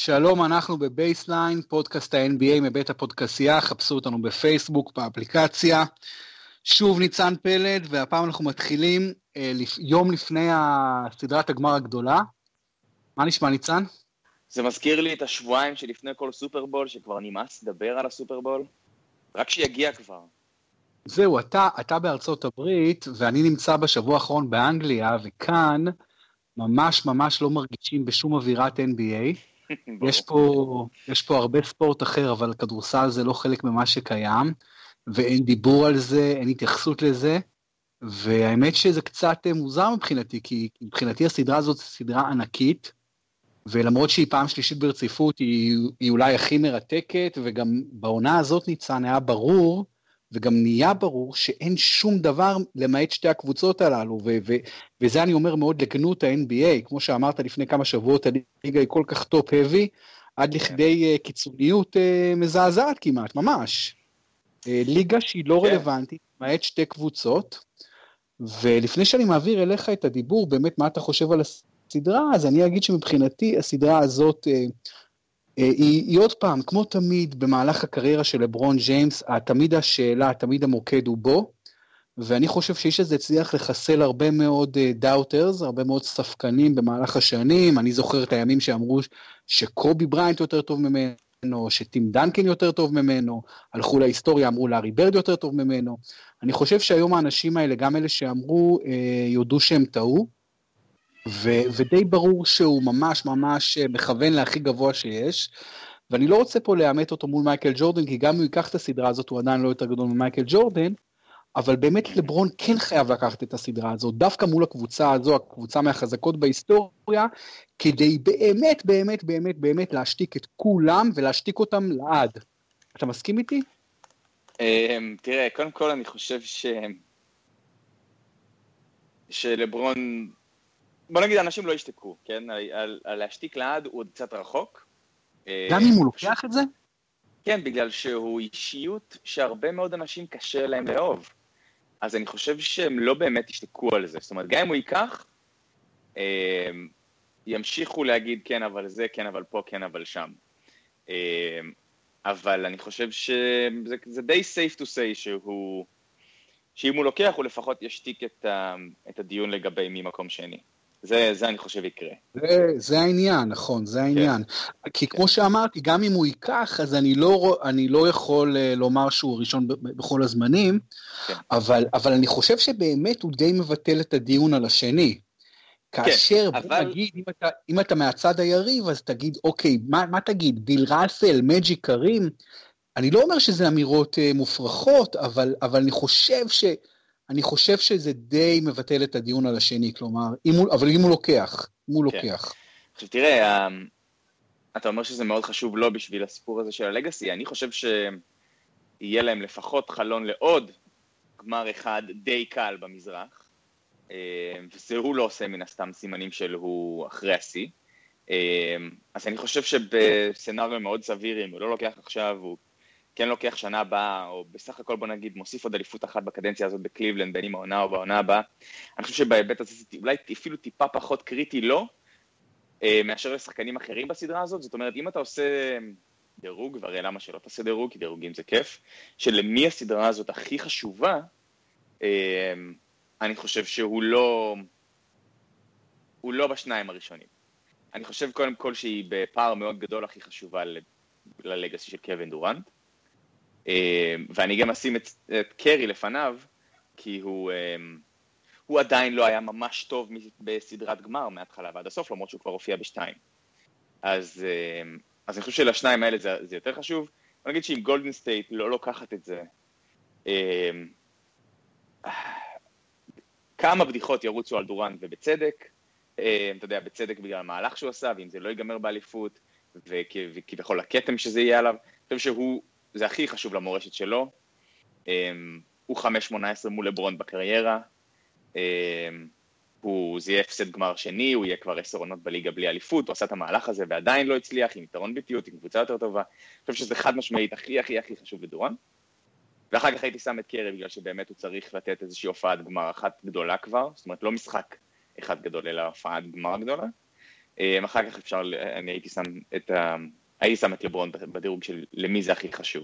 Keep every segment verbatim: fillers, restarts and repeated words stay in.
שלום, אנחנו בבייסליין, פודקאסט ה-אן בי איי מבית הפודקאסייה, חפשו אותנו בפייסבוק, באפליקציה. שוב ניצן פלד, והפעם אנחנו מתחילים אה, לפ... יום לפני הסדרת הגמר הגדולה. מה נשמע ניצן? זה מזכיר לי את השבועיים שלפני כל סופרבול, שכבר נמאס לדבר על הסופרבול, רק שיגיע כבר. זהו, אתה, אתה בארצות הברית, ואני נמצא בשבוע האחרון באנגליה, וכאן ממש ממש לא מרגישים בשום אווירת אן בי איי. יש פה, יש פה הרבה ספורט אחר, אבל כדורסל זה לא חלק ממה שקיים, ואין דיבור על זה, אין התייחסות לזה, והאמת שזה קצת מוזר מבחינתי, כי מבחינתי הסדרה הזאת סדרה ענקית, ולמרות שהיא פעם שלישית ברציפות, היא, היא אולי הכי מרתקת, וגם בעונה הזאת ניצן היה ברור, וגם נהיה ברור שאין שום דבר למעט שתי הקבוצות הללו, ו- ו- וזה אני אומר מאוד לגנות ה-אן בי איי, כמו שאמרת לפני כמה שבועות, הליגה היא כל כך טופ-האבי, עד לכדי uh, קיצוניות uh, מזעזעת כמעט, ממש. Uh, ליגה שהיא לא כן. רלוונטית, למעט שתי קבוצות, ולפני שאני מעביר אליך את הדיבור, באמת מה אתה חושב על הסדרה, אז אני אגיד שמבחינתי הסדרה הזאת, uh, היא, היא עוד פעם, כמו תמיד במהלך הקריירה של לברון ג'יימס, תמיד השאלה, תמיד המוקד הוא בו, ואני חושב שיש איזה הצליח לחסל הרבה מאוד דאוטרס, הרבה מאוד ספקנים במהלך השנים. אני זוכר את הימים שאמרו שקובי בריינט יותר טוב ממנו, שטים דנקן יותר טוב ממנו, הלכו להיסטוריה, אמרו לארי ברד יותר טוב ממנו. אני חושב שהיום האנשים האלה, גם אלה שאמרו, יודו שהם טעו, ו- ודי ברור שהוא ממש ממש מכוון להכי גבוה שיש, ואני לא רוצה פה לאמת אותו מול מייקל ג'ורדן, כי גם אם הוא ייקח את הסדרה הזאת, הוא עדיין לא יותר גדול ממייקל ג'ורדן, אבל באמת לברון כן חייב לקחת את הסדרה הזאת, דווקא מול הקבוצה הזו, הקבוצה מהחזקות בהיסטוריה, כדי באמת באמת באמת באמת להשתיק את כולם, ולהשתיק אותם לעד. אתה מסכים איתי? תראה, קודם כל אני חושב ש... שלברון... בוא נגיד, אנשים לא ישתקו, כן? על, על, על להשתיק לעד הוא עוד קצת רחוק. גם אם הוא לוקח את זה? כן, בגלל שהוא אישיות שהרבה מאוד אנשים קשה להם לאהוב. אז אני חושב שהם לא באמת ישתקו על זה. זאת אומרת, גם אם הוא ייקח, ימשיכו להגיד כן, אבל זה, כן, אבל פה, כן, אבל שם. אבל אני חושב שזה זה די safe to say שהוא, שאם הוא לוקח, הוא לפחות ישתיק את, את הדיון לגבי מי מקום שני. זה, זה אני חושב יקרה. זה, זה העניין, נכון, זה העניין. כן. כי כמו שאמרתי, גם אם הוא ייקח, אז אני לא, אני לא יכול לומר שהוא ראשון בכל הזמנים, כן. אבל, אבל אני חושב שבאמת הוא די מבטל את הדיון על השני. כאשר, כן, בוא אבל... נגיד, אם אתה, אם אתה מהצד היריב, אז תגיד, אוקיי, מה, מה תגיד? ביל ראסל, מג'יק קרים? אני לא אומר שזה אמירות מופרכות, אבל, אבל אני חושב ש... אני חושב שזה די מבטל את הדיון על השני, כלומר, אם הוא, אבל אם הוא לוקח, אם הוא כן. לוקח. עכשיו תראה, אתה אומר שזה מאוד חשוב לא בשביל הסיפור הזה של הלגאסי, אני חושב שיהיה להם לפחות חלון לעוד גמר אחד די קל במזרח, וזה הוא לא עושה מן הסתם סימנים של הוא אחרי השיא, אז אני חושב שבסנריו מאוד סביר, אם הוא לא לוקח עכשיו, הוא כן לוקח שנה הבאה, או בסך הכל בוא נגיד, מוסיף עוד אליפות אחת בקדנציה הזאת בקליבלנד, בין עם העונה או בעונה הבאה. אני חושב שבהיבט הזה, אולי אפילו טיפה פחות קריטי לא, מאשר לשחקנים אחרים בסדרה הזאת. זאת אומרת, אם אתה עושה דירוג, והרי למה שלא תעשה דירוג, כי דירוגים זה כיף, שלמי הסדרה הזאת הכי חשובה, אני חושב שהוא לא, הוא לא בשניים הראשונים. אני חושב קודם כל שהיא בפער מאוד גדול הכי חשובה ללגאסי של קווין דורנט, ואני גם אשים את, את קרי לפניו, כי הוא, הוא עדיין לא היה ממש טוב בסדרת גמר מההתחלה ועד הסוף, למרות שהוא כבר הופיע בשתיים. אז, אז אני חושב שלשניים האלה זה, זה יותר חשוב. אני אגיד שאם גולדן סטייט לא לוקחת את זה, כמה בדיחות ירוצו על דורנט ובצדק, אתה יודע, בצדק בגלל המהלך שהוא עשה, ואם זה לא ייגמר באליפות, וכביכול הכתם שזה יהיה עליו, אני חושב שהוא, זה הכי חשוב למורשת שלו, הוא חמש שמונה עשרה מול לברון בקריירה, הוא, זה יהיה הפסד גמר שני, הוא יהיה כבר עשר עונות בליגה בלי אליפות, הוא עשה את המהלך הזה ועדיין לא הצליח, עם יתרון ביתיות, עם קבוצה יותר טובה, אני חושב שזה חד משמעית הכי הכי הכי חשוב לדורנט, ואחר כך הייתי שם את קרי, בגלל שבאמת הוא צריך לתת איזושהי הופעת גמר אחת גדולה כבר, זאת אומרת לא משחק אחד גדול, אלא הופעת גמר גדולה, אחר כך אפשר, אני הייתי שם את, ה, הייתי שם את לברון בדירוג של למי זה הכי חשוב.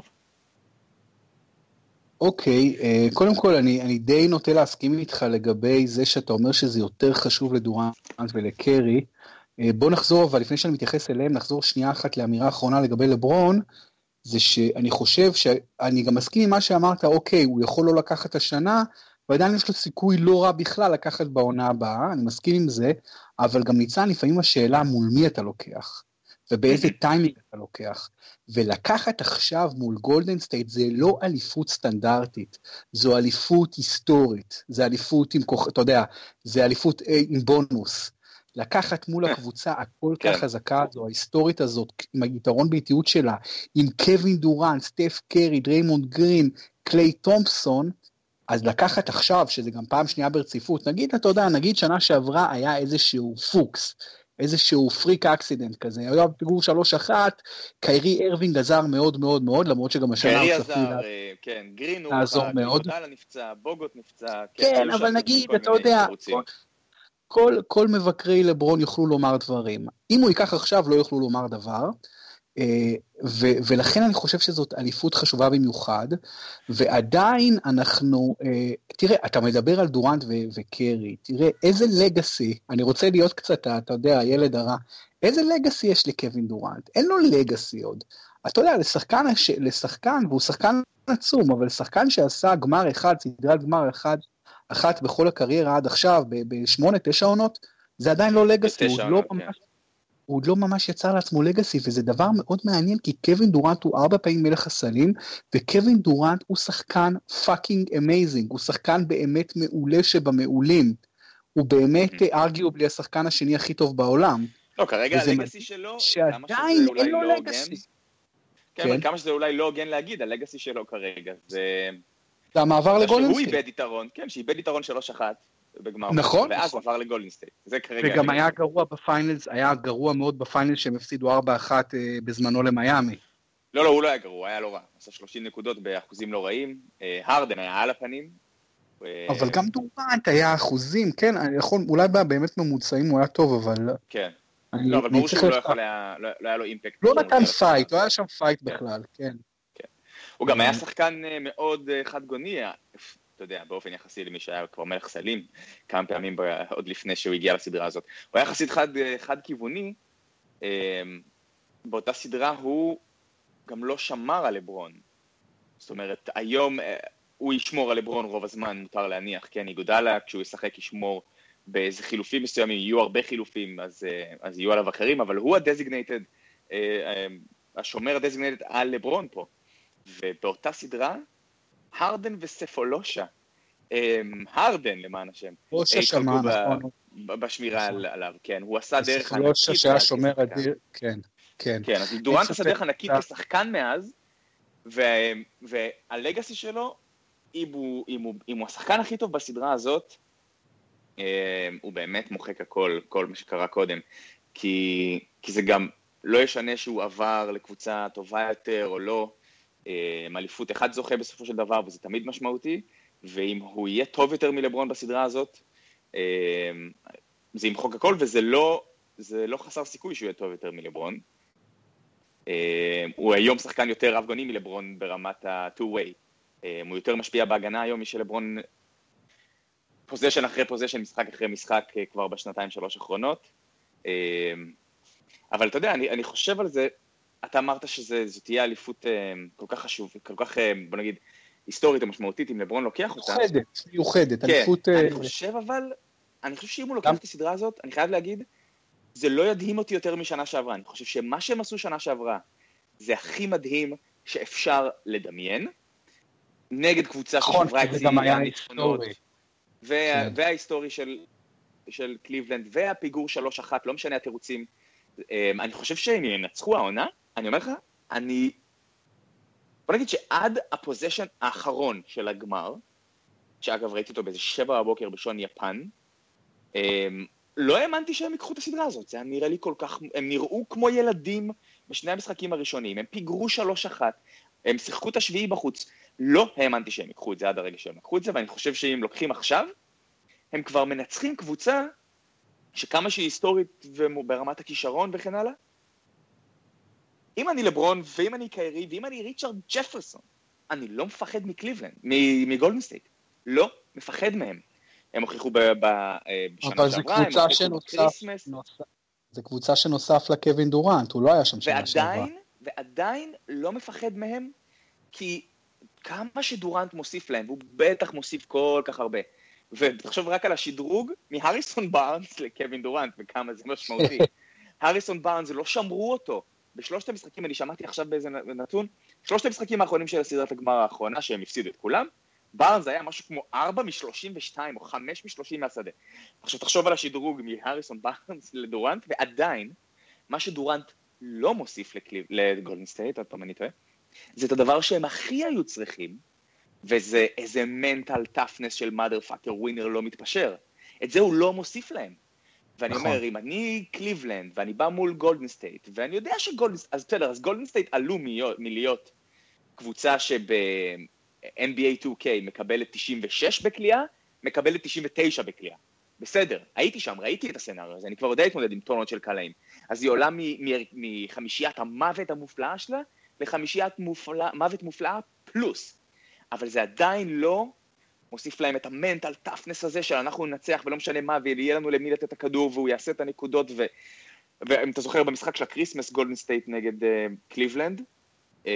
אוקיי, okay, קודם כל אני, אני די נוטה להסכים איתך לגבי זה שאתה אומר שזה יותר חשוב לדורנט ולקרי. בוא נחזור, אבל לפני שאני מתייחס אליהם, נחזור שנייה אחת לאמירה האחרונה לגבי לברון, זה שאני חושב שאני גם מסכים עם מה שאמרת, אוקיי, הוא יכול לא לקחת השנה, ועדיין יש לו סיכוי לא רע בכלל לקחת בעונה הבאה, אני מסכים עם זה, אבל גם ניצן לפעמים השאלה מול מי אתה לוקח, ובאיזה טיימינג אתה לוקח, ולקחת עכשיו מול גולדן סטייט זה לא אליפות סטנדרטית, זו אליפות היסטורית, זה אליפות עם כוח, אתה יודע, זה אליפות עם בונוס, לקחת מול הקבוצה הכל כך חזקה הזו, ההיסטורית הזאת, עם היתרון באיטיות שלה, עם קווין דורנט, סטף קרי, דריימונד גרין, קליי תומפסון, אז לקחת עכשיו, שזה גם פעם שנייה ברציפות, נגיד, אתה יודע, נגיד שנה שעברה היה איזשהו פוקס, איזשהו פריק אקסידנט כזה, היה בפיגור שלוש אחת, קיירי ארווינג עזר מאוד מאוד מאוד, למרות שגם השנה קיירי עזר, כן, גרין הוא עזר מאוד, נפצע, בוגות נפצע, כן, אבל נגיד, אתה יודע, כל, כל מבקרי לברון יוכלו לומר דברים. אם הוא ייקח עכשיו, לא יוכלו לומר דבר, ו, ולכן אני חושב שזאת אליפות חשובה במיוחד, ועדיין אנחנו, תראה, אתה מדבר על דורנט ו, וקרי, תראה, איזה לגאסי, אני רוצה להיות קצת, אתה יודע, הילד הרע, איזה לגאסי יש לקווין דורנט? אין לו לגאסי עוד. אתה יודע, לשחקן, לשחקן, והוא שחקן עצום, אבל לשחקן שעשה גמר אחד, סדרת גמר אחד, אחת בכל הקריירה עד עכשיו, בשמונה, תשע עונות, זה עדיין לא לגאסי, הוא, לא ממש, הוא לא ממש יצר לעצמו לגאסי, וזה דבר מאוד מעניין, כי קווין דורנט הוא ארבע פעמים מלך הסלים, וקווין דורנט הוא שחקן פאקינג אמייזינג, הוא שחקן באמת מעולה שבמעולים, הוא באמת ארגיובלי השחקן השני הכי טוב בעולם. לא, כרגע הלגאסי שלו, שעדיין אין לו לגאסי. כן, כמה שזה אולי לא הוגן להגיד, הלגאסי שלו כרגע, זה... זה המעבר לגולדן סטייט. שהוא איבד יתרון, כן, שאיבד יתרון שלוש אחת בגמר. נכון. ואז הוא עבר לגולדן סטייט. זה כרגע... וגם היה גרוע בפיינלס, היה גרוע מאוד בפיינלס שהם הפסידו ארבע אחת בזמנו למיימי. לא, לא, הוא לא היה גרוע, היה לא רע. עשה שלושים נקודות באחוזים לא רעים. הרדן היה על הפנים. אבל גם דורנט היה אחוזים, כן, אני יכול, אולי באמת ממוצעים הוא היה טוב, אבל... כן. לא, אבל ברור שהוא לא יכול, לא היה לו אימפקט. לא נתן פייט, לא היה שם פייט בכלל, כן. הוא גם היה שחקן מאוד חד גוני, אתה יודע, באופן יחסי למי שהיה כבר מלך סלים, כמה פעמים עוד לפני שהוא הגיע לסדרה הזאת. הוא היה יחסית חד, חד כיווני, באותה סדרה הוא גם לא שמר על לברון. זאת אומרת, היום הוא ישמור על לברון רוב הזמן, מותר להניח, כן, יגודלה, כשהוא ישחק ישמור באיזה חילופים מסוימים, יהיו הרבה חילופים, אז, אז יהיו עליו אחרים, אבל הוא הדזיגנייטד, השומר הדזיגנייטד על לברון פה. ובאותה סדרה, הרדן וספולושה, הרדן למען השם, התחלקו בשמירה עליו, כן, הוא עשה דרך ענקית. ספולושה שהיה שומר אדיר, כן, כן. כן, אז דורנט עשה דרך ענקית כשחקן מאז, והלגאסי שלו, אם הוא השחקן הכי טוב בסדרה הזאת, הוא באמת מוחק הכל, כל מה שקרה קודם, כי זה גם לא ישנה שהוא עבר לקבוצה טובה יותר או לא, אליפות אחד זוכה בסופו של דבר, וזה תמיד משמעותי, ואם הוא יהיה טוב יותר מלברון בסדרה הזאת, זה ימחוק הכל, וזה לא, זה לא חסר סיכוי שהוא יהיה טוב יותר מלברון. הוא היום שחקן יותר רב גוני מלברון ברמת ה-two-way. הוא יותר משפיע בהגנה היום משלברון, פוזיישן אחרי פוזיישן, משחק אחרי משחק כבר בשנתיים שלוש האחרונות. אבל אתה יודע, אני, אני חושב על זה, אתה אמרת שזו תהיה אליפות כל כך חשוב, כל כך, בוא נגיד, היסטורית ומשמעותית, אם לברון לוקח אותה. מיוחדת, מיוחדת, כן, אליפות... אני חושב אבל, אני חושב שאם הוא לוקח את הסדרה הזאת, אני חייב להגיד, זה לא ידהים אותי יותר משנה שעברה. אני חושב שמה שהם עשו שנה שעברה, זה הכי מדהים שאפשר לדמיין, נגד קבוצה ששברה את צעירי הניצחונות, וההיסטורי של, של קליבלנד, והפיגור שלוש אחת, לא משנה התירוצים. אני חושב שהם ינצחו העונה, אני אומר לך, אני... בוא נגיד שעד הפוזיישן האחרון של הגמר, שאגב ראיתי אותו באיזה שבע בבוקר בשעון יפן, לא האמנתי שהם ייקחו את הסדרה הזאת, זה נראה לי כל כך, הם נראו כמו ילדים בשני המשחקים הראשונים, הם פיגרו שלוש אחת, הם שיחקו את השביעי בחוץ, לא האמנתי שהם ייקחו את זה עד הרגע שהם לקחו את זה, ואני חושב שאם לוקחים עכשיו, הם כבר מנצחים קבוצה שכמה שהיא היסטורית וברמת הכישרון וכן הלאה, אם אני לברון, ואם אני קיירי, ואם אני ריצ'רד ג'פרסון, אני לא מפחד מקליבלנד, מגולדן סטייט. לא מפחד מהם. הם הוכיחו בשנה שעברה, הם הוכיחו בקריסמס. זה קבוצה שנוסף לקווין דורנט, הוא לא היה שם שנה שעברה. ועדיין, ועדיין לא מפחד מהם, כי כמה שדורנט מוסיף להם, והוא בטח מוסיף כל כך הרבה. ותחשוב רק על השדרוג מהריסון בארנס לקווין דורנט, וכמה זה משמעותי. הריסון בארנס, לא שמרו אותו. בשלושת המשחקים, אני שמעתי עכשיו באיזה נתון, שלושת המשחקים האחרונים של הסדרת הגמר האחרונה, שהם הפסידו את כולם, בארנס היה משהו כמו ארבע משלושים ושתיים, או חמש משלושים מהשדה. עכשיו תחשוב על השדרוג מהריסון בארנס לדורנט, ועדיין, מה שדורנט לא מוסיף לגולדן סטייט, עוד פעם אני טועה, זה את הדבר שהם הכי היו צריכים, וזה איזה מנטל טאפנס של motherfucker ווינר לא מתפשר. את זה הוא לא מוסיף להם. ואני נכון. אומר, אם אני קליבלנד, ואני בא מול גולדן סטייט, ואני יודע שגולדן, אז בסדר, אז גולדן סטייט עלו מלהיות קבוצה שב-אן בי איי טו קיי מקבלת תשעים ושש בקליעה, מקבלת תשעים ותשע בקליעה. בסדר, הייתי שם, ראיתי את הסצנריו הזה, אני כבר יודע להתמודד עם טונות של קלעים. אז היא עולה מחמישיית המוות המופלאה שלה, לחמישיית מופלא, מוות מופלאה פלוס. אבל זה עדיין לא מוסיף להם את המנטל טאפנס הזה של אנחנו ננצח ולא משנה מה, ויהיה לנו למי לתת את הכדור והוא יעשה את הנקודות. ו... ואם אתה זוכר במשחק של הקריסמס, גולדן סטייט נגד uh, קליבלנד, uh,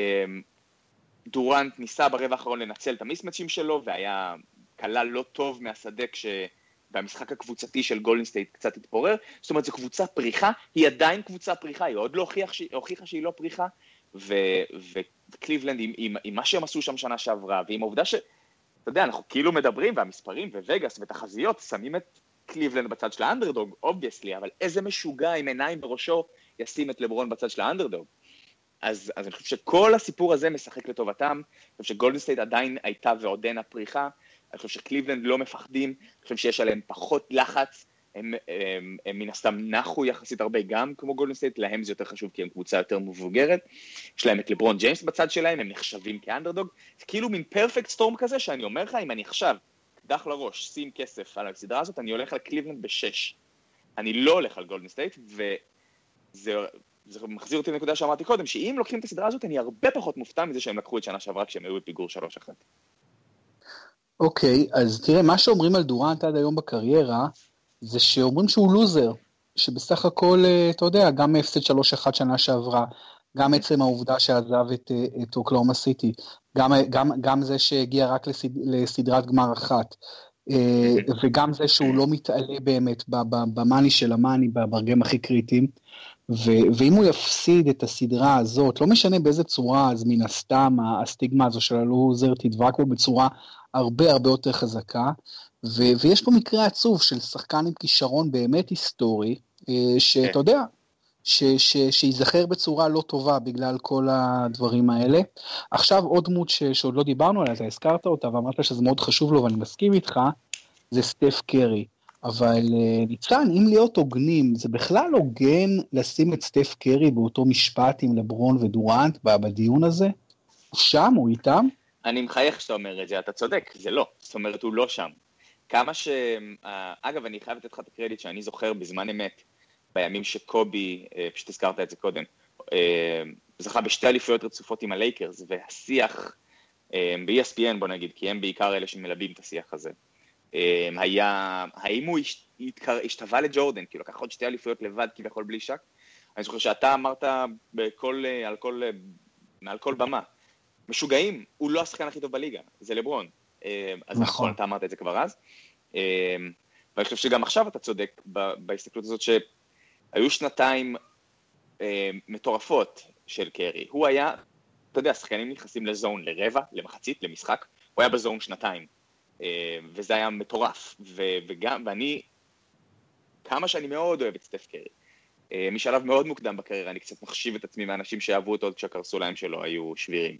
דורנט ניסה ברבע האחרון לנצל את המיסמצ'ים שלו, והיה כלל לא טוב מהשדה כשבמשחק הקבוצתי של גולדן סטייט קצת התפורר. זאת אומרת, זו קבוצה פריחה, היא עדיין קבוצה פריחה, היא עוד לא הוכיח ש... הוכיחה שהיא לא פריחה, ו... וקליבלנד עם, עם, עם מה שהם עשו שם שנה שעברה, ועם העובדה ש... אתה יודע, אנחנו כאילו מדברים, והמספרים ווגאס ותחזיות שמים את קליבלנד בצד של האנדרדוג, obviously, אבל איזה משוגע עם עיניים בראשו ישים את לברון בצד של האנדרדוג. אז, אז אני חושב שכל הסיפור הזה משחק לטובתם, אני חושב שגולדן סטייט עדיין הייתה ועודנה פריחה, אני חושב שקליבלנד לא מפחדים, אני חושב שיש עליהם פחות לחץ, הם, הם, הם מן הסתם נחו יחסית הרבה גם כמו גולדן סטייט, להם זה יותר חשוב כי הם קבוצה יותר מבוגרת, יש להם את לברון ג'יימס בצד שלהם, הם נחשבים כאנדרדוג, זה כאילו מין פרפקט סטורם כזה שאני אומר לך, אם אני עכשיו קדח לראש, שים כסף על הסדרה הזאת, אני הולך על קליבלנד בשש, אני לא הולך על גולדן סטייט, וזה זה מחזיר אותי לנקודה שאמרתי קודם, שאם לוקחים את הסדרה הזאת, אני הרבה פחות מופתע מזה שהם לקחו את שנה שעברה כשהם היו בפיגור שלוש אחת. אוקיי, אז תראה, מה שאומרים על דורנט עד היום בקריירה, זה שאומרים שהוא לוזר, שבסך הכל, אתה יודע, גם הפסד שלוש אחת שנה שעברה, גם עצם העובדה שעזב את, את אוקלאומה סיטי, גם, גם, גם זה שהגיע רק לסד, לסדרת גמר אחת, וגם זה שהוא לא מתעלה באמת במאני של המאני, ברגעים הכי קריטיים, ו, ואם הוא יפסיד את הסדרה הזאת, לא משנה באיזה צורה, אז מן הסתם הסטיגמה הזו של הלוזר תדבק בו בצורה הרבה הרבה יותר חזקה, ו- ויש פה מקרה עצוב של שחקן עם כישרון באמת היסטורי, שאתה יודע, ש- ש- שיזכר בצורה לא טובה בגלל כל הדברים האלה. עכשיו עוד דמות ש- שעוד לא דיברנו עליה, אתה הזכרת אותה ואמרת שזה מאוד חשוב לו ואני מסכים איתך, זה סטף קרי. אבל ניצן, אם להיות הוגנים, זה בכלל הוגן לשים את סטף קרי באותו משפט עם לברון ודורנט בדיון הזה? הוא שם, הוא איתם? אני מחייך שאתה אומר את זה, אתה צודק, זה לא, זאת אומרת הוא לא שם. כמה ש... אגב, אני חייב לתת לך את הקרדיט שאני זוכר בזמן אמת, בימים שקובי, פשוט הזכרת את זה קודם, זכה בשתי אליפויות רצופות עם הלייקרס, והשיח ב-אי אס פי אן בוא נגיד, כי הם בעיקר אלה שמלבים את השיח הזה, היה, האם הוא השתווה לג'ורדן, כאילו לקח עוד שתי אליפויות לבד כביכול בלי שק, אני זוכר שאתה אמרת בכל, על כל, מעל כל במה, משוגעים, הוא לא השחקן הכי טוב בליגה, זה לברון. אז נכון, אתה אמרת את זה כבר אז. ואני חושב שגם עכשיו אתה צודק בהסתכלות הזאת שהיו שנתיים מטורפות של קרי. הוא היה, אתה יודע, השחקנים נכנסים לזון, לרבע, למחצית, למשחק, הוא היה בזון שנתיים. וזה היה מטורף. וגם, ואני, כמה שאני מאוד אוהב את סטף קרי, משלב מאוד מוקדם בקריירה, אני קצת מחשיב את עצמי מהאנשים שאהבו אותו כשהקרסו להם שלו היו שבירים.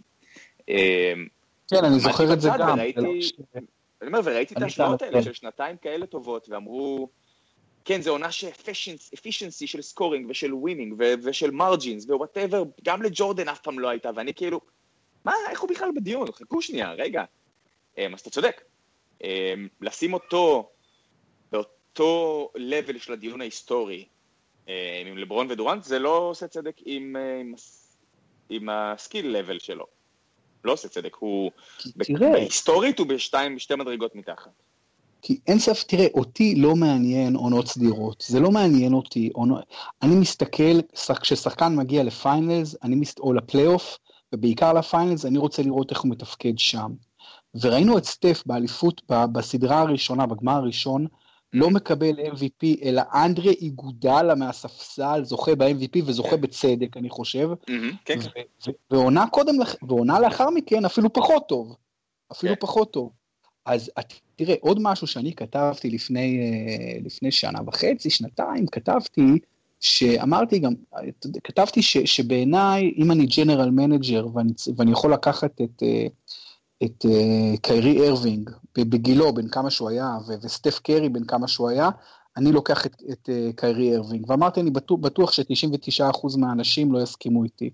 כן, אני זוכר את זה גם. אני אומר, וראיתי את השוואות האלה של שנתיים כאלה טובות, ואמרו, כן, זה עונה שאפישנסי של סקורינג ושל ווינינג ושל מרג'ינס ווואטאבר, גם לג'ורדן אף פעם לא הייתה, ואני כאילו, מה, איך הוא בכלל בדיון? חכו שנייה, רגע. אז אתה צודק. לשים אותו אותו level של הדיון ההיסטורי עם לברון ודורנט, זה לא עושה צדק עם, עם, עם הסקיל level שלו. לא עושה צדק, הוא בהיסטורית הוא בשתיים, בשתי מדרגות מתחת. כי אין סף, תראה, אותי לא מעניין עונות סדירות, זה לא מעניין אותי, עונות, אני מסתכל, כששחקן מגיע לפיינלס, אני מסת... או לפלייאוף, ובעיקר לפיינלס, אני רוצה לראות איך הוא מתפקד שם. וראינו את סטף באליפות, בסדרה הראשונה, בגמר הראשון, לא מקבל אם וי פי, אלא אנדרי איגודלה מהספסל, זוכה ב-אם וי פי, וזוכה בצדק, אני חושב, ועונה קודם, ועונה לאחר מכן, אפילו פחות טוב, אפילו פחות טוב. אז תראה, עוד משהו שאני כתבתי לפני, לפני שנה וחצי, שנתיים, כתבתי, שאמרתי גם, כתבתי ש, שבעיניי, אם אני ג'נרל מנג'ר, ואני, ואני יכול לקחת את, את קיירי ארווינג, בגילו, בין כמה שהוא היה, ו, וסטף קרי, בין כמה שהוא היה, אני לוקח את, את קיירי ארווינג, ואמרתי, אני בטוח, בטוח ש-תשעים ותשעה אחוז מהאנשים לא יסכימו איתי.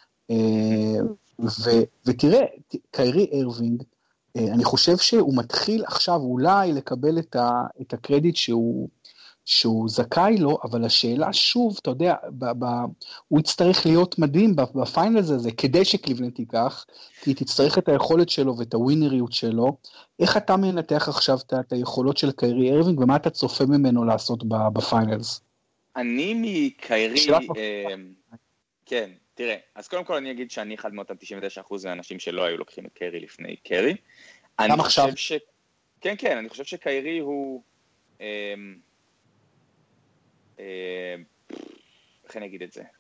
ו, ותראה, קיירי ארווינג, אני חושב שהוא מתחיל עכשיו אולי לקבל את, ה, את הקרדיט שהוא, שהוא זכאי לו, אבל השאלה שוב, אתה יודע, ב, ב, הוא יצטרך להיות מדהים בפיינלס הזה, כדי שקליבלנד תיקח, כי היא תצטרך את היכולת שלו ואת הווינריות שלו. איך אתה מנתח עכשיו את, את היכולות של קיירי ארווינג, ומה אתה צופה ממנו לעשות בפיינלס? אני מקיירי, אה, כן, תראה, אז קודם כל אני אגיד שאני אחד מאותם תשעים ותשעה אחוז מהאנשים שלא היו לוקחים את קיירי לפני קיירי. גם עכשיו? ש... כן, כן, אני חושב שקיירי הוא... אה, אה, איך אני אגיד את זה?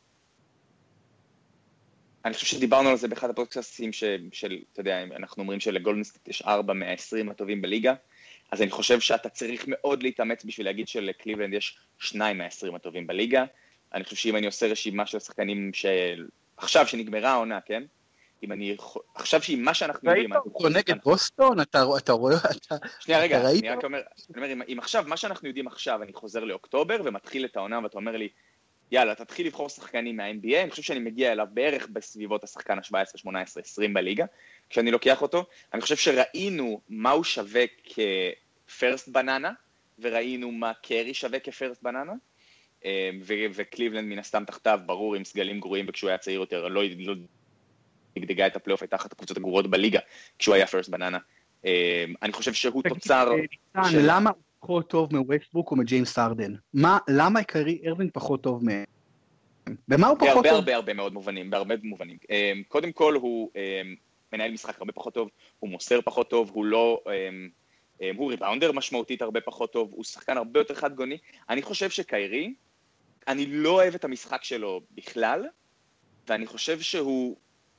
אני חושב שדיברנו על זה באחד הפודקאסטים ש... של, אתה יודע, אנחנו אומרים שלגולדן סטייט יש ארבע מהעשרים הטובים בליגה, אז אני חושב שאתה צריך מאוד להתאמץ בשביל להגיד שלקליבלנד יש שניים מהעשרים הטובים בליגה. אני חושב שאם אני עושה רשימה של השחקנים של... עכשיו שנגמרה העונה, כן? אם אני... עכשיו שעם מה שאנחנו יודעים... ראית אותו נגד בוסטון? אתה רואה... שנייה, רגע, אני רק אומר... אני אומר, אם עכשיו, מה שאנחנו יודעים עכשיו, אני חוזר לאוקטובר ומתחיל את העונה, ואתה אומר לי, יאללה, תתחיל לבחור שחקנים מה-אן בי איי, אני חושב שאני מגיע אליו בערך בסביבות השחקן ה-שבע עשרה, שמונה עשרה, עשרים בליגה, כשאני לוקח אותו. אני חושב שראינו מה הוא שווה כפרסט בננה, וראינו מה קרי שווה כפרסט בננה, וקליבלנד מן הסתם תחתיו, ברור, עם סגלים גרועים, וכשהוא היה צעיר יותר, לא דגדגה את הפלייאוף, הייתה אחת הקבוצות הגרועות בליגה, כשהוא היה פרסט בננה. אני חושב שהוא תוצר... למה הוא פחות טוב מווסטברוק ומג'יימס הרדן? למה קיירי ארווינג פחות טוב מהם? במה הוא פחות טוב? בהרבה הרבה הרבה מאוד מובנים, בהרבה מובנים. קודם כל, הוא מנהל משחק הרבה פחות טוב, הוא מוסר פחות טוב, הוא לא... הוא ריבאונדר משמעותית הרבה פחות טוב, הוא שחקן הרבה יותר חד גוני. אני חושב שקיירי, אני לא אוהב את המשחק שלו בכלל, ואני חושב שהוא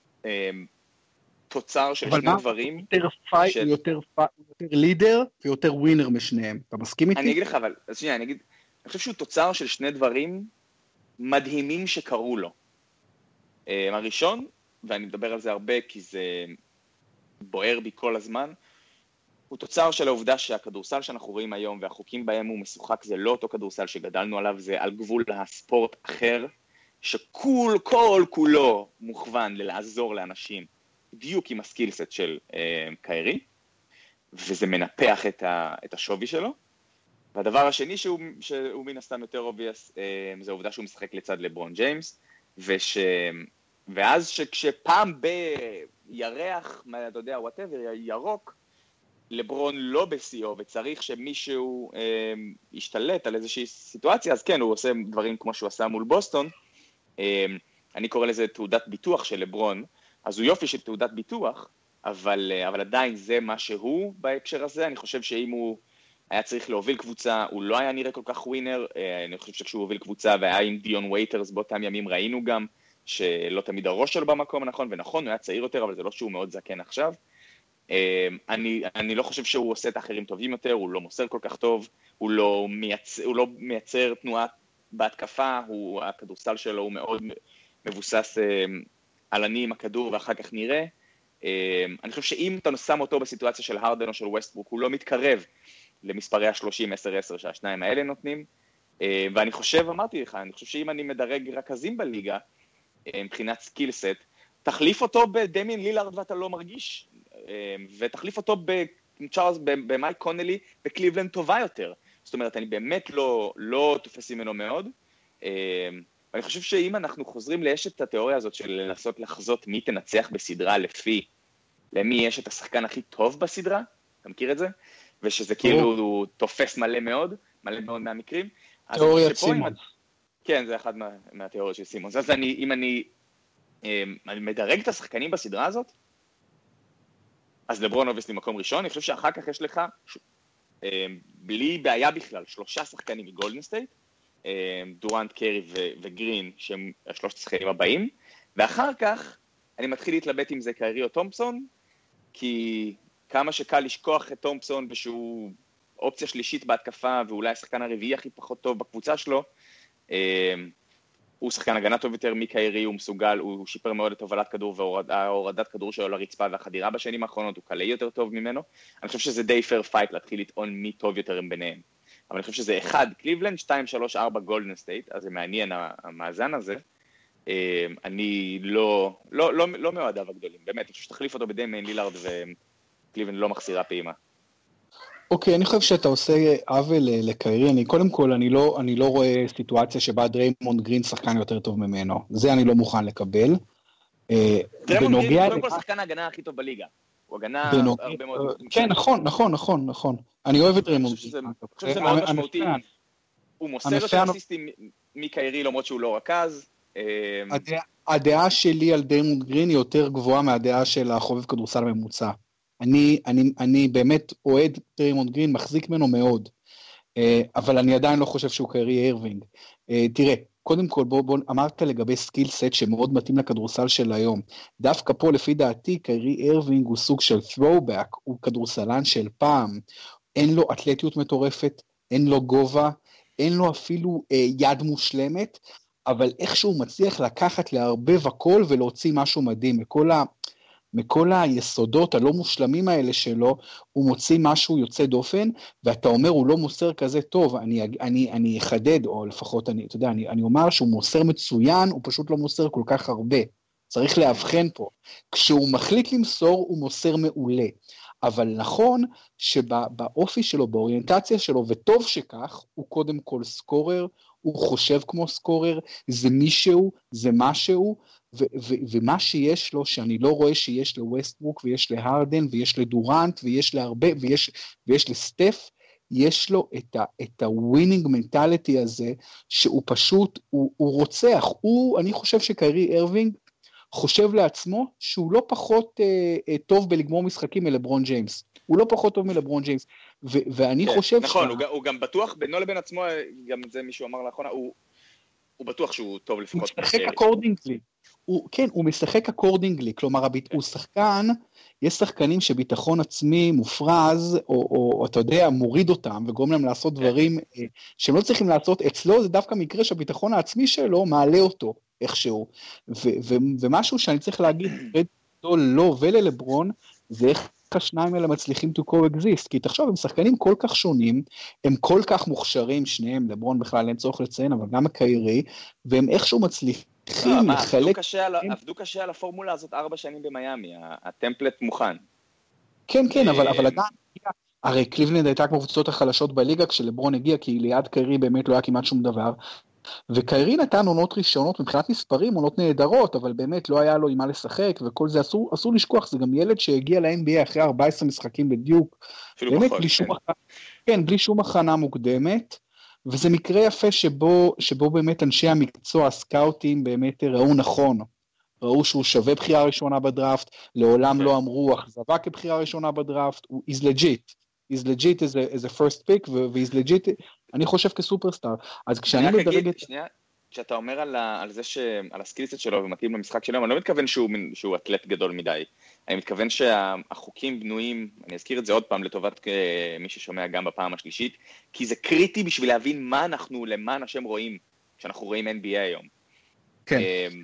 תוצר של שני דברים. יותר פייט, הוא יותר לידר ויותר ווינר משניהם. אתה מסכים איתי? אני אגיד לך, אבל, אז שנייה, אני אגיד, אני חושב שהוא תוצר של שני דברים מדהימים שקרו לו. הראשון, ואני מדבר על זה הרבה כי זה בוער בי כל הזמן, הוא תוצר של העובדה שהכדורסל שאנחנו רואים היום והחוקים בהם הוא משוחק, זה לא אותו כדורסל שגדלנו עליו, זה על גבול הספורט אחר, שכול, כל כולו מוכוון ללעזור לאנשים, בדיוק עם הסקילסט של אה, קיירי, וזה מנפח את, ה, את השווי שלו. והדבר השני שהוא, שהוא מן הסתם יותר obvious, אה, זה העובדה שהוא משחק לצד לברון ג'יימס, וש, ואז שכשפעם בירח, אתה יודע, whatever, ירוק, לברון לא בסיאו, וצריך שמישהו אה, ישתלט על איזושהי סיטואציה, אז כן, הוא עושה דברים כמו שהוא עשה מול בוסטון, אה, אני קורא לזה תעודת ביטוח של לברון, אז הוא יופי של תעודת ביטוח, אבל, אה, אבל עדיין זה מה שהוא בהקשר הזה. אני חושב שאם הוא היה צריך להוביל קבוצה, הוא לא היה נראה כל כך ווינר, אה, אני חושב שכשהוא הוביל קבוצה והיה עם דיון וייטרס באותם ימים, ראינו גם שלא תמיד הראש שלו במקום הנכון, ונכון, הוא היה צעיר יותר, אבל זה לא שהוא מאוד זקן עכשיו. אני, אני לא חושב שהוא עושה את האחרים טובים יותר, הוא לא מוסר כל כך טוב, הוא לא מייצר, הוא לא מייצר תנועה בהתקפה, הוא, הכדורסל שלו הוא מאוד מבוסס על אני עם הכדור ואחר כך נראה. אני חושב שאם אתה שם אותו בסיטואציה של הרדן או של ווסטברוק, הוא לא מתקרב למספרי ה-שלושים, עשר עשר שהשניים האלה נותנים, ואני חושב, אמרתי לך, אני חושב שאם אני מדרג רכזים בליגה, מבחינת סקילסט, תחליף אותו בדמיין לילארד ואתה לא מרגיש, ותחליף אותו בצ'ארלס, במייק קונלי, בקליבלנד טובה יותר. זאת אומרת, אני באמת לא, לא תופס ממנו מאוד. אני חושב שאם אנחנו חוזרים לאשת התיאוריה הזאת של לנסות לחזות מי תנצח בסדרה לפי, למי יש את השחקן הכי טוב בסדרה, אתה מכיר את זה? ושזה כאילו הוא תופס מלא מאוד, מלא מאוד מהמקרים. תיאוריית סימונס. כן, זה אחד מה, מהתיאוריות של סימונס. אז אני, אם אני, אני מדרג את השחקנים בסדרה הזאת, אז לברון אובייסלי מקום ראשון, אני חושב שאחר כך יש לך, בלי בעיה בכלל, שלושה שחקנים מגולדן סטייט, דורנט, קרי וגרין, שהם שלושת השחקנים הבאים, ואחר כך אני מתחיל להתלבט אם זה קיירי או תומפסון, כי כמה שקל לשכוח את תומפסון, ושהוא אופציה שלישית בהתקפה, ואולי השחקן הרביעי הכי פחות טוב בקבוצה שלו, הוא שחקן הגנה טוב יותר מקיירי, הוא מסוגל, הוא שיפר מאוד את הובלת כדור והורדת כדור שלו לרצפה והחדירה בשנים האחרונות, הוא קלעי יותר טוב ממנו. אני חושב שזה די פייר פייט להתחיל לטעון מי טוב יותר ביניהם. אבל אני חושב שזה אחד קליבלנד, שתיים, שלוש, ארבע גולדן סטייט, אז זה מעניין המאזן הזה. אני לא, לא, לא, לא מאוהדיו הגדולים, באמת, אני חושב שתחליף אותו בדמיין לילארד וקליבלנד לא מחסירה פעימה. אוקיי, אני חושב שאתה עושה עוול לקיירי, אני קודם כל, אני לא, אני לא רואה סיטואציה שבה דריימונד גרין שחקן יותר טוב ממנו, זה אני לא מוכן לקבל. דריימונד גרין, קודם כל שחקן ההגנה הכי טוב בליגה, הוא הגנה הרבה מאוד... כן, נכון, נכון, נכון, נכון, אני אוהב את דריימונד גרין. אני חושב שזה מאוד משמעותי, הוא מוסר יותר אסיסטים מקיירי למרות שהוא לא רכז. הדעה שלי על דריימונד גרין היא יותר גבוהה מהדעה של החובב כדורסל הממוצע. אני, אני, אני באמת אוהד דריימונד גרין, מחזיק ממנו מאוד, אבל אני עדיין לא חושב שהוא קיירי אירווינג. תראה, קודם כל, בוא, בוא, אמרת לגבי סקיל סט שמאוד מתאים לכדורסל של היום. דווקא פה, לפי דעתי, קיירי אירווינג הוא סוג של throwback, הוא כדורסלן של פעם, אין לו אתלטיות מטורפת, אין לו גובה, אין לו אפילו אה, יד מושלמת, אבל איכשהו מצליח לקחת להרבב הכל ולהוציא משהו מדהים, מכל ה... מכל היסודות הלא מושלמים האלה שלו, הוא מוציא משהו יוצא דופן, ואתה אומר, הוא לא מוסר כזה טוב, אני, אני, אני אחדד, או לפחות אני, אתה יודע, אני, אני אומר שהוא מוסר מצוין, הוא פשוט לא מוסר כל כך הרבה, צריך להבחן פה, כשהוא מחליט למסור, הוא מוסר מעולה, אבל נכון שבאופי שלו, באוריינטציה שלו, וטוב שכך, הוא קודם כל סקורר, הוא חושב כמו סקורר, זה מישהו, זה משהו, ו- ו- ומה שיש לו, שאני לא רואה שיש לווסטברוק, ויש להרדן, ויש לדורנט, ויש להרבה, ויש, ויש לסטף, יש לו את ה- את הווינינג מנטליטי הזה, שהוא פשוט, הוא, הוא רוצח, הוא, אני חושב שקיירי אירווינג, חושב לעצמו, שהוא לא פחות אה, אה, טוב בלגמור משחקים מלברון ג'יימס, הוא לא פחות טוב מלברון ג'יימס, ו- ואני כן, חושב... נכון, שה... הוא, הוא גם בטוח, בינו לבין עצמו, גם זה מישהו אמר לאחרונה, הוא, הוא בטוח שהוא טוב לפחות. הוא משחק אקורדינגלי, הוא, כן, הוא משחק אקורדינגלי, כלומר, הביט, כן. הוא שחקן, יש שחקנים שביטחון עצמי מופרז, או, או, או אתה יודע, מוריד אותם, וגורם להם לעשות כן. דברים אה, שהם לא צריכים לעשות, אצלו זה דווקא מקרה שהביטחון העצמי שלו מעלה אותו איכשהו, ו, ו, ומשהו שאני צריך להגיד, לא וללברון, זה איך השניים האלה מצליחים to coexist, כי תחשוב, הם שחקנים כל כך שונים, הם כל כך מוכשרים, שניהם, לברון בכלל אין צורך לציין, אבל גם הקיירי, והם איכשהו מצליחים לחלק... עבדו קשה על הפורמולה הזאת ארבע שנים במיימי, הטמפלט מוכן. כן, כן, אבל עדיין, הרי קליבלנד הייתה כמו קבוצות החלשות בליגה, כשלברון הגיע, כי ליד קיירי באמת לא היה כמעט שום דבר, וקיירי נתן עונות ראשונות, מבחינת מספרים, עונות נהדרות, אבל באמת לא היה לו עם מה לשחק, וכל זה אסור, אסור לשכוח, זה גם ילד שהגיע ל-אן בי איי אחרי ארבעה עשר משחקים בדיוק, באמת בלי שום, כן. כן, בלי שום הכנה מוקדמת, וזה מקרה יפה שבו, שבו באמת אנשי המקצוע, הסקאוטים, באמת ראו נכון, ראו שהוא שווה בחירה ראשונה בדראפט, לעולם כן. לא אמרו, אכזבה כבחירה ראשונה בדראפט, הוא is legit, is legit as a, as a first pick, ו-is legit, אני חושב כסופרסטאר, אז כשאני מדרג את... שנייה, כשאתה אומר על, ה, על זה ש... על הסקילסט שלו ומתאים למשחק שלו, אני לא מתכוון שהוא, שהוא אתלט גדול מדי, אני מתכוון שהחוקים בנויים, אני אזכיר את זה עוד פעם לטובת מי ששומע גם בפעם השלישית, כי זה קריטי בשביל להבין מה אנחנו, למען השם רואים, כשאנחנו רואים אן בי איי היום. כן.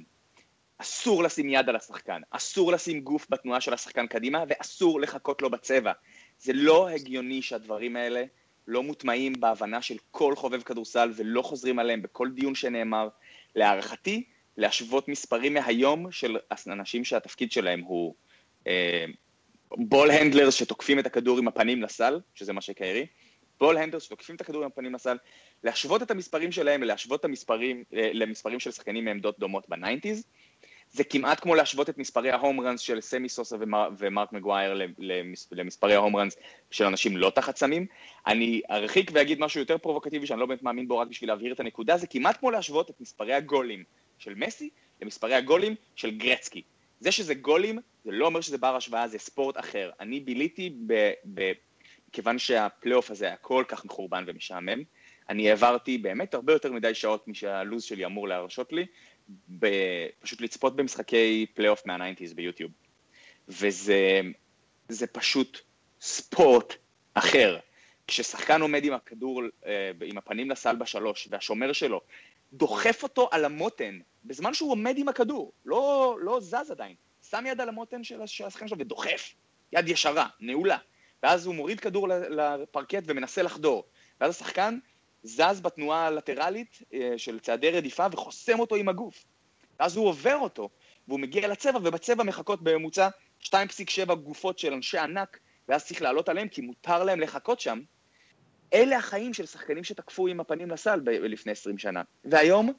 אסור לשים יד על השחקן, אסור לשים גוף בתנועה של השחקן קדימה, ואסור לחכות לו בצבע. זה לא הגיוני שהדברים האלה לא מוטמעים בהבנה של כל חובב כדורסל, ולא חוזרים עליהם בכל דיון שנאמר. להערכתי, להשוות מספרים מהיום של אנשים שהתפקיד שלהם הוא בול הנדלרס שתוקפים את הכדור עם הפנים לסל, שזה מה שקיירי, בול הנדרס שתוקפים את הכדור עם הפנים לסל, להשוות את המספרים שלהם, להשוות את המספרים, למספרים של שחקנים מעמדות דומות ב-תשעים. זה כמעט כמו להשוות את מספרי ההום ראנס של סמי סוסה ומרק מגווייר למספרי ההום ראנס של אנשים לא תחת סמים. אני ארחיק ואגיד משהו יותר פרובוקטיבי שאני לא באמת מאמין בו רק בשביל להבהיר את הנקודה, זה כמעט כמו להשוות את מספרי הגולים של מסי למספרי הגולים של גרצקי. זה שזה גולים, זה לא אומר שזה בר השוואה, זה ספורט אחר. אני ביליתי, ב, ב, כיוון שהפלייאוף הזה היה כל כך מחורבן ומשעמם, אני העברתי באמת הרבה יותר מדי שעות משהלוז שלי אמור להרשות לי, פשוט לצפות במשחקי פלייאוף מה-תשעים ביוטיוב. וזה זה פשוט ספורט אחר. כששחקן עומד עם הכדור, עם הפנים לסל בשלוש, והשומר שלו דוחף אותו על המותן, בזמן שהוא עומד עם הכדור, לא, לא זז עדיין, שם יד על המותן של השחקן שלו ודוחף, יד ישרה, נעולה. ואז הוא מוריד כדור לפרקט ומנסה לחדור. ואז השחקן זז בתנועה הלטרלית של צעדי רדיפה וחוסם אותו עם הגוף. ואז הוא עובר אותו, והוא מגיע לצבע, ובצבע מחכות בממוצע שתיים נקודה שבע גופות של אנשי ענק, ואז צריך לעלות עליהם כי מותר להם לחכות שם. אלה החיים של שחקנים שתקפו עם הפנים לסל ב- לפני עשרים שנה. והיום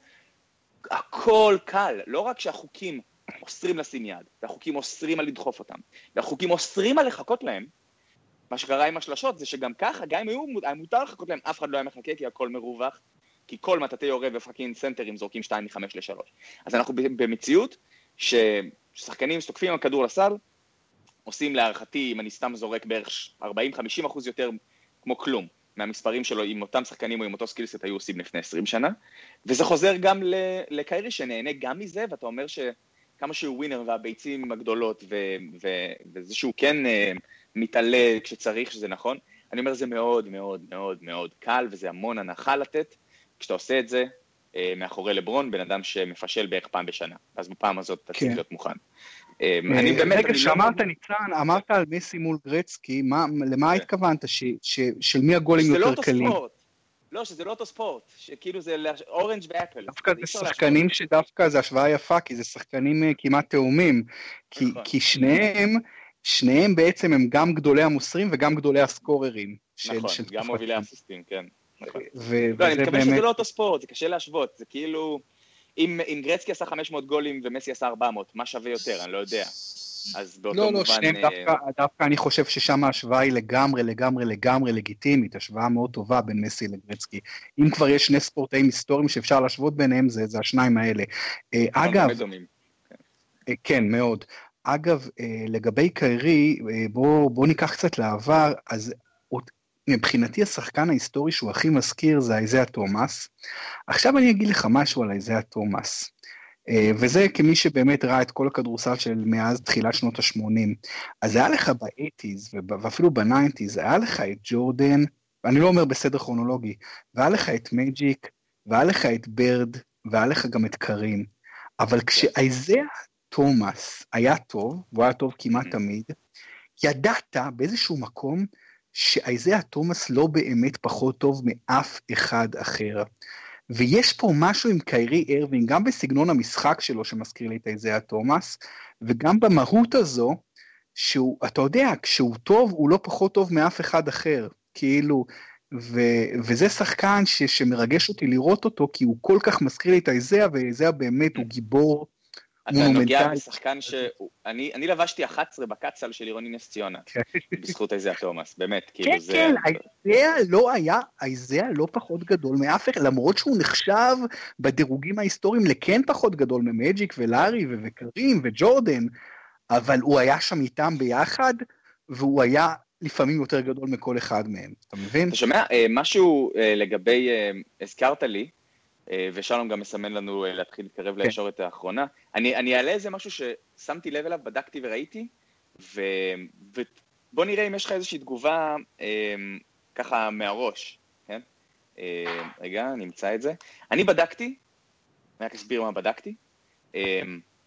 הכל קל, לא רק שהחוקים אוסרים לשים יד, והחוקים אוסרים על לדחוף אותם, והחוקים אוסרים על לחכות להם, מה שקרה עם השלשות זה שגם ככה, גם אם היו, היה מותר לחכות להם, אף אחד לא היה מחכה כי הכל מרווח, כי כל מטאטי יורה ופאקינג סנטרים זורקים שתיים מחמש לשלוש. אז אנחנו במציאות ששחקנים שתוקפים הכדור לסל, עושים להערכתי, אם אני סתם זורק בערך ארבעים חמישים אחוז יותר כמו כלום, מהמספרים שלו עם אותם שחקנים או עם אותו סקילסט היו עושים לפני עשרים שנה, וזה חוזר גם לקיירי שנהנה גם מזה, ואתה אומר שכמה שהוא ווינר והביצים הגדולות, ו- ו- וזה שהוא כן מתעלה כשצריך, שזה נכון, אני אומר זה מאוד מאוד מאוד מאוד קל, וזה המון הנחה לתת, כשאתה עושה את זה מאחורי לברון, בן אדם שמפשל בערך פעם בשנה, אז בפעם הזאת אתה צריך להיות מוכן. רגע, שאמרת ניצן, אמרת על מסי מול גרצקי, למה התכוונת? של מי הגולים יותר קלים? לא, שזה לא אותו ספורט, שכאילו זה אורנג' ואפל. דווקא זה שחקנים שדווקא זה השוואה יפה, כי זה שחקנים כמעט תאומים, כי שניהם, שניהם בעצם הם גם גדולי המוסרים וגם גדולי הסקוררים. נכון, גם מובילי אסיסטים, כן. לא, אני מקווה שזה לא אותו ספורט, זה קשה להשוות, זה כאילו... אם, אם גרצקי עשה חמש מאות גולים ומסי עשה ארבע מאות, מה שווה יותר? אני לא יודע. אז באותו לא, מובן... לא, שניהם דווקא, דווקא אני חושב ששם ההשוואה היא לגמרי, לגמרי, לגמרי לגיטימית, השוואה מאוד טובה בין מסי לגרצקי. אם כבר יש שני ספורטאים היסטוריים שאפשר להשוות ביניהם, זה, זה השניים האלה. אגב... כן, מאוד. אגב, לגבי קיירי, בוא, בוא ניקח קצת לעבר, אז... מבחינתי השחקן ההיסטורי שהוא הכי מזכיר זה איזיה תומאס. עכשיו אני אגיד לך משהו על איזיה תומאס, וזה כמי שבאמת ראה את כל הכדורסל של מאז תחילת שנות ה-שמונים. אז היה לך ב-שמונים ואפילו ב-תשעים, היה לך את ג'ורדן, ואני לא אומר בסדר כרונולוגי, והיה לך את מג'יק, והיה לך את ברד, והיה לך גם את קרים. אבל כשאיזיה תומאס היה טוב, והוא היה טוב כמעט תמיד, ידעת באיזשהו מקום, שאיזיה תומאס לא באמת פחות טוב מאף אחד אחר. ויש פה משהו עם קיירי ארווינג, גם בסגנון המשחק שלו שמזכיר לי את איזיה תומאס, וגם במהות הזו, שהוא, אתה יודע, כשהוא טוב, הוא לא פחות טוב מאף אחד אחר. כאילו, ו, וזה שחקן ש, שמרגש אותי לראות אותו, כי הוא כל כך מזכיר לי את איזיה, ואיזיה באמת הוא גיבור, אתה נוגע בשחקן ש... אני, אני לבשתי אחת עשרה בקצל של עירוני נס ציונה, בזכות איזיה תומאס, באמת, כאילו זה... כן, כן, איזיה לא היה, איזיה לא פחות גדול מאף אחד, למרות שהוא נחשב בדירוגים ההיסטוריים לכן פחות גדול ממג'יק ולארי וקרים וג'ורדן, אבל הוא היה שם איתם ביחד, והוא היה לפעמים יותר גדול מכל אחד מהם, אתה מבין? אתה שומע, משהו לגבי, הזכרת לי, ושלום גם מסמן לנו להתחיל להתקרב כן. לישורת האחרונה. אני, אני אעלה איזה משהו ששמתי לב אליו, בדקתי וראיתי, ו, ובוא נראה אם יש לך איזושהי תגובה אה, ככה מהראש, כן? אה, רגע, נמצא את זה. אני בדקתי, אני רק אסביר מה בדקתי, אה,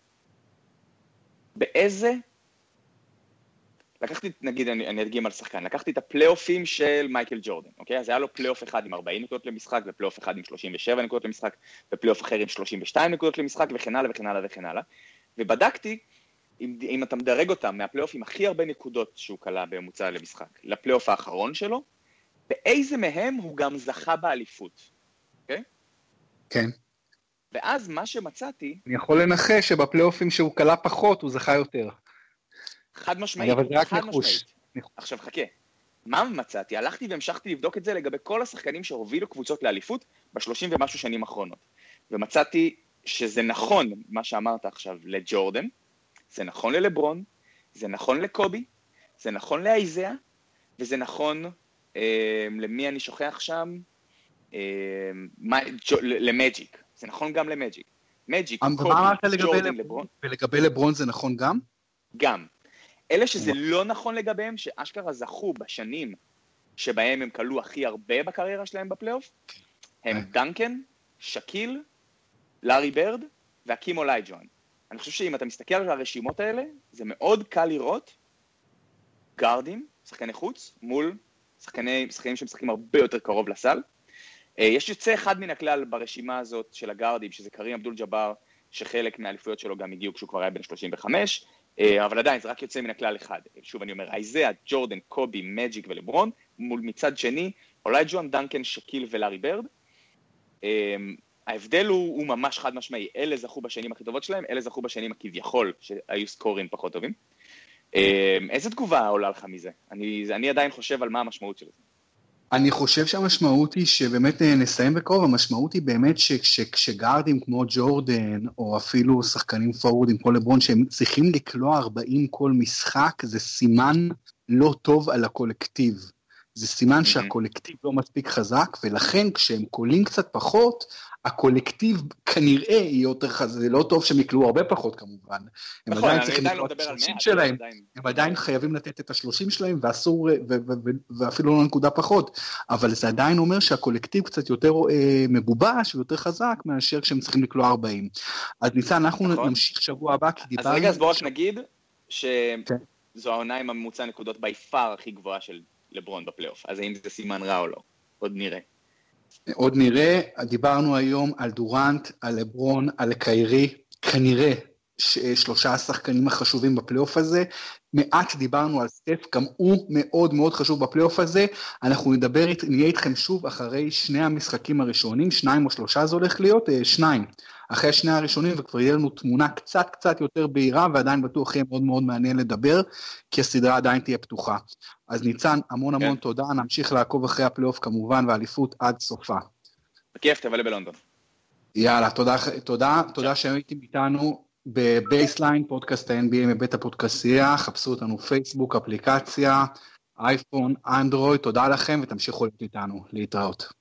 באיזה, לקחתי, נגיד, אני, אני אדגים על שחקן, לקחתי את הפלייאופים של מייקל ג'ורדן, אוקיי? אז היה לו פלייאוף אחד עם ארבעים נקודות למשחק, ופלייאוף אחד עם שלושים ושבע נקודות למשחק, ופלייאוף אחר עם שלושים ושתיים נקודות למשחק, וכן הלאה וכן הלאה וכן הלאה. ובדקתי, אם, אם אתה מדרג אותם מהפלייאופים הכי הרבה נקודות שהוא קלה בממוצע למשחק, לפלייאוף האחרון שלו, באיזה מהם הוא גם זכה באליפות, אוקיי? כן. ואז מה שמצאתי... אני יכול לנחש שבפלייאופים שהוא קלה פחות, הוא זכה יותר. חד משמעית, אבל זה רק חד נחוש. משמעית. עכשיו חכה, מה מצאתי? הלכתי והמשכתי לבדוק את זה לגבי כל השחקנים שהובילו קבוצות לאליפות בשלושים ומשהו שנים האחרונות. ומצאתי שזה נכון, מה שאמרת עכשיו, לג'ורדן, זה נכון ללברון, זה נכון לקובי, זה נכון לאיזאה, וזה נכון, אה, למי אני שוכח שם? אה, מה, ג'ו, למג'יק. זה נכון גם למג'יק. מג'יק, קובי, ג'ורדן, לברון. ולגבי לברון זה נכון גם? גם. אלה שזה לא נכון לגביהם, שאשכרה זכו בשנים שבהם הם קלו הכי הרבה בקריירה שלהם בפלייאוף, הם דנקן, שקיל, לארי ברד והקים אולייג'ואן. אני חושב שאם אתה מסתכל על הרשימות האלה, זה מאוד קל לראות גארדים, שחקני חוץ, מול שחקני, שחקנים שמשחקים הרבה יותר קרוב לסל. יש יוצא אחד מן הכלל ברשימה הזאת של הגארדים, שזה קרים אבדול ג'אבר, שחלק מהאליפויות שלו גם הגיעו כשהוא כבר היה בן שלושים וחמש, אבל עדיין זה רק יוצא מן הכלל אחד. שוב אני אומר, איזאה, ג'ורדן, קובי, מג'יק ולברון, מול מצד שני, אולייג'ואן, דנקן, שקיל ולארי ברד. ההבדל הוא, הוא ממש חד משמעי, אלה זכו בשנים הכי טובות שלהם, אלה זכו בשנים הכביכול, שהיו סקורים פחות טובים. איזה תגובה עולה לך מזה? אני, אני עדיין חושב על מה המשמעות של זה. אני חושב שהמשמעות היא שבאמת נסיים בקרוב, המשמעות היא באמת שכשגארדים כמו ג'ורדן, או אפילו שחקנים פורורדים כמו לברון, שהם צריכים לקלוע ארבעים כל משחק, זה סימן לא טוב על הקולקטיב. זה סימן שהקולקטיב לא מספיק חזק, ולכן כשהם קולים קצת פחות, הקולקטיב כנראה יהיה יותר חזק, זה לא טוב שהם יקלו הרבה פחות כמובן. הם נכון, עדיין אני צריכים עדיין לא לקלוע את מדבר על השלושים מאה, שלהם, עדיין... הם עדיין חייבים לתת את השלושים שלהם, ואסור, ו- ו- ו- ואפילו לא נקודה פחות, אבל זה עדיין אומר שהקולקטיב קצת יותר אה, מגובש ויותר חזק, מאשר כשהם צריכים לקלוע ארבעים. אז ניסן, אנחנו נכון. נמשיך שבוע הבא, כי דיברנו... אז רגע, אז בואו רק נגיד, שזו העונה עם הממוצע נקודות ביפר הכי גבוהה של לברון בפלייאוף, אז האם זה סימן רע או לא? עוד נראה. עוד נראה, דיברנו היום על דורנט, על לברון, על קיירי, כנראה שלושה השחקנים החשובים בפלייאוף הזה, מעט דיברנו על סטף, גם הוא מאוד מאוד חשוב בפלייאוף הזה, אנחנו נדבר, נהיה איתכם שוב אחרי שני המשחקים הראשונים, שניים או שלושה זה הולך להיות, שניים, אחרי שני הראשונים, וכבר יהיה לנו תמונה קצת קצת יותר בהירה, ועדיין בטוח יהיה מאוד מאוד מעניין לדבר, כי הסדרה עדיין תהיה פתוחה. אז ניצן, המון המון תודה, נמשיך לעקוב אחרי הפלייאוף כמובן, והאליפות עד סופה. בכיף, תבלה בלונדון. יאללה, תודה, תודה, תודה שהייתם איתנו בבייסליין, פודקאסט ה-אן בי איי מבית הפודקאסייה, חפשו אותנו פייסבוק, אפליקציה, אייפון, אנדרואיד, תודה לכם ותמשיכו להיות איתנו, להתראות.